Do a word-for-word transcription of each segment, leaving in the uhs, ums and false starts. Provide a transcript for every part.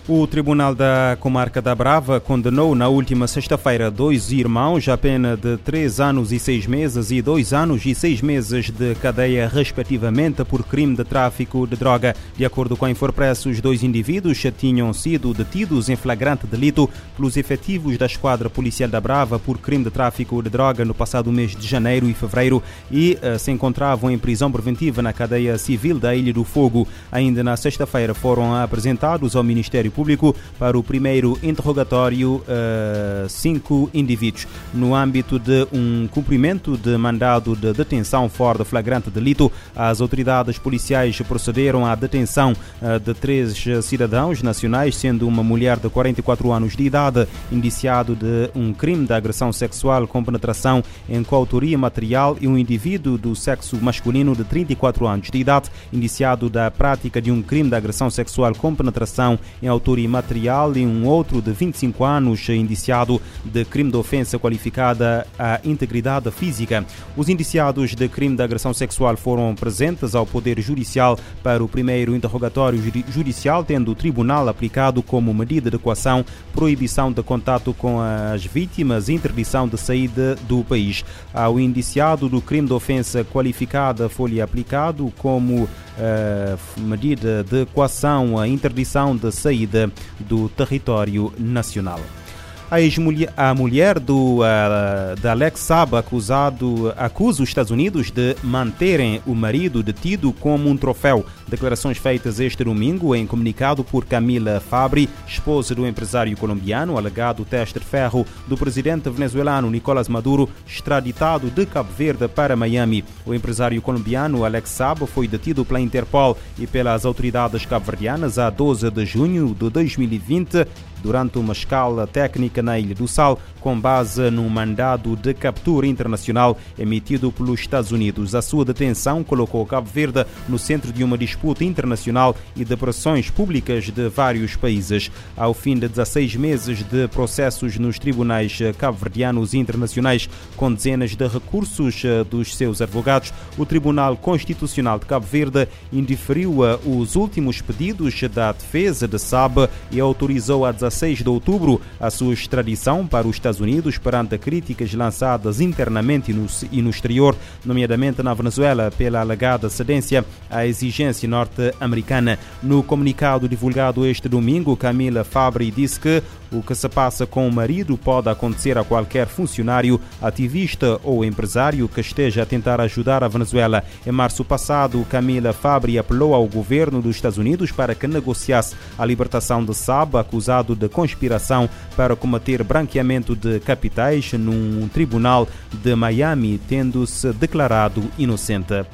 O Tribunal da Comarca da Brava condenou na última sexta-feira dois irmãos a pena de três anos e seis meses e dois anos e seis meses de cadeia, respectivamente, por crime de tráfico de droga. De acordo com a Infopress, os dois indivíduos tinham sido detidos em flagrante delito pelos efetivos da Esquadra Policial da Brava por crime de tráfico de droga no passado mês de janeiro e fevereiro e uh, se encontravam em prisão preventiva na cadeia civil da Ilha do Fogo. Ainda na sexta-feira foram apresentados ao Ministério Público para o primeiro interrogatório uh, cinco indivíduos. No âmbito de um cumprimento de mandado de detenção fora de flagrante delito, as autoridades policiais procederam à detenção uh, de três cidadãos nacionais, sendo uma mulher de quarenta e quatro anos de idade, indiciado de um crime de agressão sexual com penetração em coautoria material, e um indivíduo do sexo masculino de trinta e quatro anos de idade, indiciado da prática de um crime de agressão sexual com penetração em autoria material, e um outro de vinte e cinco anos indiciado de crime de ofensa qualificada à integridade física. Os indiciados de crime de agressão sexual foram presentes ao Poder Judicial para o primeiro interrogatório judicial, tendo o Tribunal aplicado como medida de coação proibição de contato com as vítimas e interdição de saída do país. Ao indiciado do crime de ofensa qualificada foi-lhe aplicado como Uh, medida de coação a interdição de saída do território nacional. A, ex-mulher, a mulher do, uh, de Alex Saab acusado, acusa os Estados Unidos de manterem o marido detido como um troféu. Declarações feitas este domingo em comunicado por Camila Fabri, esposa do empresário colombiano, alegado teste de ferro do presidente venezuelano Nicolás Maduro, extraditado de Cabo Verde para Miami. O empresário colombiano Alex Saab foi detido pela Interpol e pelas autoridades cabo-verdianas a doze de junho de dois mil e vinte, durante uma escala técnica na Ilha do Sal, com base num mandado de captura internacional emitido pelos Estados Unidos. A sua detenção colocou Cabo Verde no centro de uma disputa internacional e de pressões públicas de vários países. Ao fim de dezasseis meses de processos nos tribunais cabo-verdianos e internacionais, com dezenas de recursos dos seus advogados, o Tribunal Constitucional de Cabo Verde indeferiu os últimos pedidos da defesa de Saab e autorizou a dezasseis de outubro a sua extradição para os Estados Unidos perante críticas lançadas internamente e no, e no exterior, nomeadamente na Venezuela, pela alegada cedência à exigência norte-americana. No comunicado divulgado este domingo, Camila Fabri disse que o que se passa com o marido pode acontecer a qualquer funcionário, ativista ou empresário que esteja a tentar ajudar a Venezuela. Em março passado, Camila Fabri apelou ao governo dos Estados Unidos para que negociasse a libertação de Saab, acusado de conspiração para combater branqueamento de capitais num tribunal de Miami, tendo-se declarado inocente.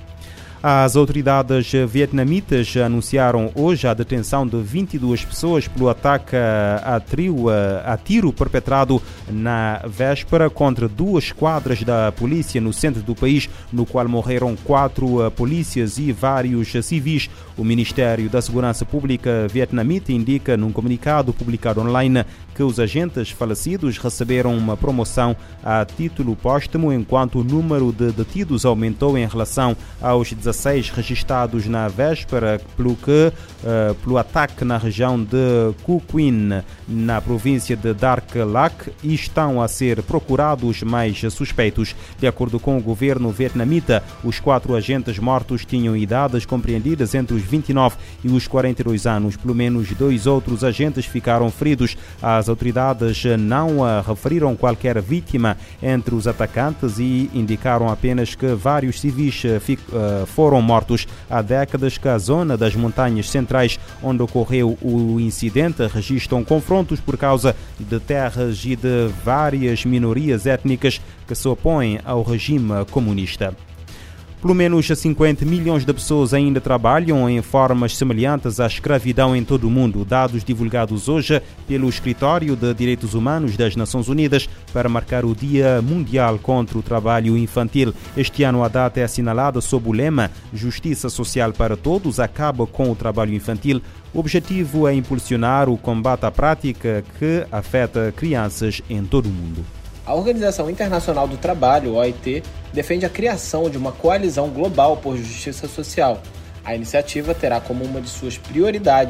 As autoridades vietnamitas anunciaram hoje a detenção de vinte e duas pessoas pelo ataque a, trio, a tiro perpetrado na véspera contra duas esquadras da polícia no centro do país, no qual morreram quatro polícias e vários civis. O Ministério da Segurança Pública vietnamita indica num comunicado publicado online que os agentes falecidos receberam uma promoção a título póstumo, enquanto o número de detidos aumentou em relação aos dezasseis registrados na véspera pelo, que, uh, pelo ataque na região de Cu Quin, na província de Dark Lak, e estão a ser procurados mais suspeitos. De acordo com o governo vietnamita, os quatro agentes mortos tinham idades compreendidas entre os vinte e nove e os quarenta e dois anos. Pelo menos dois outros agentes ficaram feridos. As autoridades não referiram qualquer vítima entre os atacantes e indicaram apenas que vários civis foram mortos. Há décadas que a zona das montanhas centrais onde ocorreu o incidente registram confrontos por causa de terras e de várias minorias étnicas que se opõem ao regime comunista. Pelo menos cinquenta milhões de pessoas ainda trabalham em formas semelhantes à escravidão em todo o mundo. Dados divulgados hoje pelo Escritório de Direitos Humanos das Nações Unidas para marcar o Dia Mundial contra o Trabalho Infantil. Este ano a data é assinalada sob o lema Justiça Social para Todos acaba com o trabalho infantil. O objetivo é impulsionar o combate à prática que afeta crianças em todo o mundo. A Organização Internacional do Trabalho, O I T, defende a criação de uma coalizão global por justiça social. A iniciativa terá como uma de suas prioridades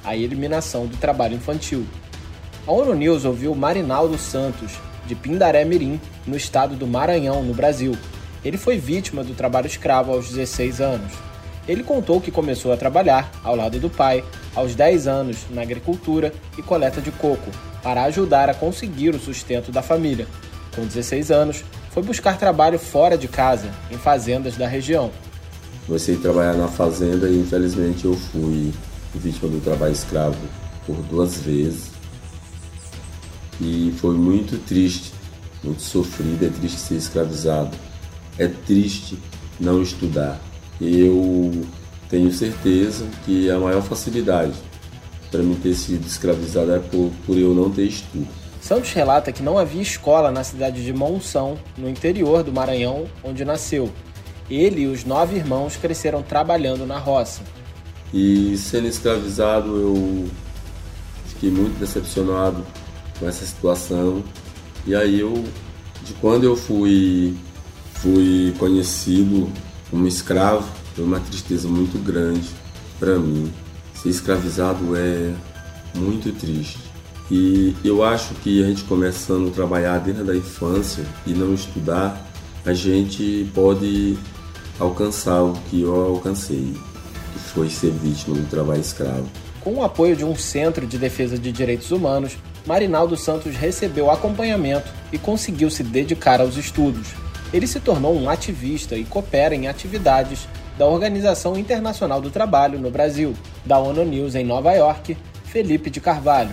a eliminação do trabalho infantil. A ONU News ouviu Marinaldo Santos, de Pindaré Mirim, no estado do Maranhão, no Brasil. Ele foi vítima do trabalho escravo aos dezesseis anos. Ele contou que começou a trabalhar, ao lado do pai, aos dez anos, na agricultura e coleta de coco, para ajudar a conseguir o sustento da família. Com dezesseis anos, foi buscar trabalho fora de casa, em fazendas da região. Comecei a trabalhar na fazenda e, infelizmente, eu fui vítima do trabalho escravo por duas vezes. E foi muito triste, muito sofrido, é triste ser escravizado. É triste não estudar. Eu tenho certeza que a maior facilidade para mim ter sido escravizado é por, por eu não ter estudo. Santos relata que não havia escola na cidade de Monção, no interior do Maranhão, onde nasceu. Ele e os nove irmãos cresceram trabalhando na roça. E sendo escravizado, eu fiquei muito decepcionado com essa situação. E aí eu, de quando eu fui, fui conhecido como escravo, foi uma tristeza muito grande para mim. Ser escravizado é muito triste. E eu acho que a gente começando a trabalhar desde a infância e não estudar, a gente pode alcançar o que eu alcancei, que foi ser vítima do trabalho escravo. Com o apoio de um Centro de Defesa de Direitos Humanos, Marinaldo Santos recebeu acompanhamento e conseguiu se dedicar aos estudos. Ele se tornou um ativista e coopera em atividades da Organização Internacional do Trabalho no Brasil. Da ONU News em Nova York, Felipe de Carvalho.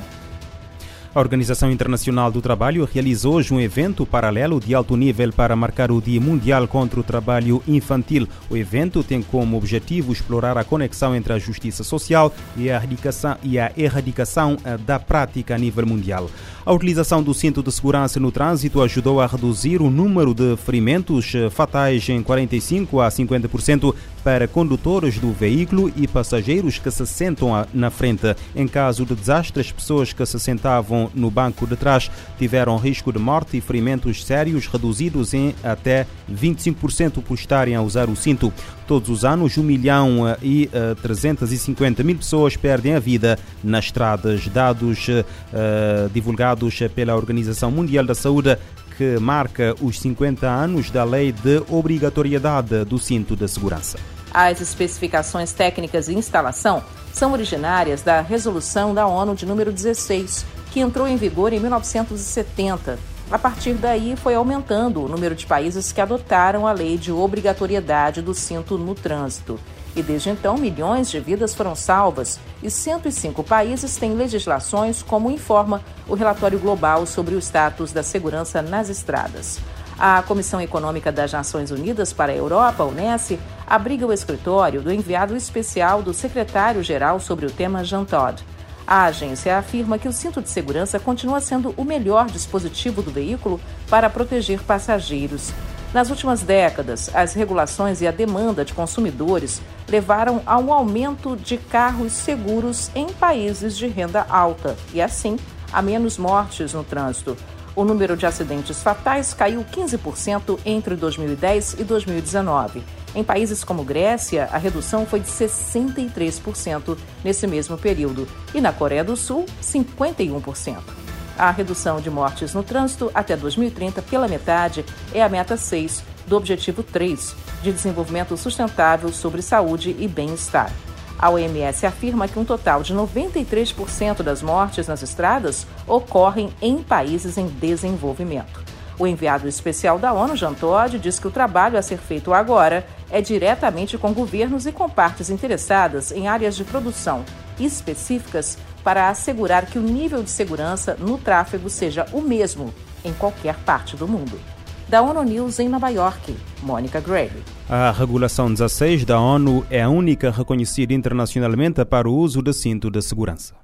A Organização Internacional do Trabalho realizou hoje um evento paralelo de alto nível para marcar o Dia Mundial contra o Trabalho Infantil. O evento tem como objetivo explorar a conexão entre a justiça social e a erradicação, e a erradicação da prática a nível mundial. A utilização do cinto de segurança no trânsito ajudou a reduzir o número de ferimentos fatais em quarenta e cinco a cinquenta por cento para condutores do veículo e passageiros que se sentam na frente. Em caso de desastre, as pessoas que se sentavam no banco de trás tiveram risco de morte e ferimentos sérios reduzidos em até vinte e cinco por cento por estarem a usar o cinto. Todos os anos, um milhão e trezentas e cinquenta mil pessoas perdem a vida nas estradas. Dados uh, divulgados pela Organização Mundial da Saúde, que marca os cinquenta anos da lei de obrigatoriedade do cinto de segurança. As especificações técnicas de instalação são originárias da Resolução da ONU de número dezesseis, que entrou em vigor em mil novecentos e setenta. A partir daí, foi aumentando o número de países que adotaram a lei de obrigatoriedade do cinto no trânsito. E desde então, milhões de vidas foram salvas e cento e cinco países têm legislações, como informa o relatório global sobre o status da segurança nas estradas. A Comissão Econômica das Nações Unidas para a Europa, a UNESC, abriga o escritório do enviado especial do secretário-geral sobre o tema, Jean Todt. A agência afirma que o cinto de segurança continua sendo o melhor dispositivo do veículo para proteger passageiros. Nas últimas décadas, as regulações e a demanda de consumidores levaram a um aumento de carros seguros em países de renda alta e, assim, a menos mortes no trânsito. O número de acidentes fatais caiu quinze por cento entre dois mil e dez e dois mil e dezenove. Em países como Grécia, a redução foi de sessenta e três por cento nesse mesmo período e na Coreia do Sul, cinquenta e um por cento. A redução de mortes no trânsito até dois mil e trinta pela metade é a meta seis do Objetivo três de Desenvolvimento Sustentável sobre Saúde e Bem-Estar. A O M S afirma que um total de noventa e três por cento das mortes nas estradas ocorrem em países em desenvolvimento. O enviado especial da ONU, Jean Todt, diz que o trabalho a ser feito agora é diretamente com governos e com partes interessadas em áreas de produção específicas para assegurar que o nível de segurança no tráfego seja o mesmo em qualquer parte do mundo. Da ONU News em Nova York, Mônica Gray. A regulação dezesseis da ONU é a única reconhecida internacionalmente para o uso de cinto de segurança.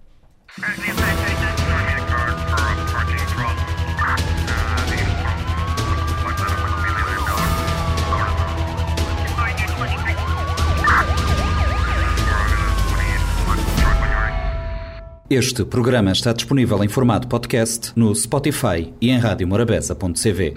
Este programa está disponível em formato podcast no Spotify e em rádio morabeza ponto c v.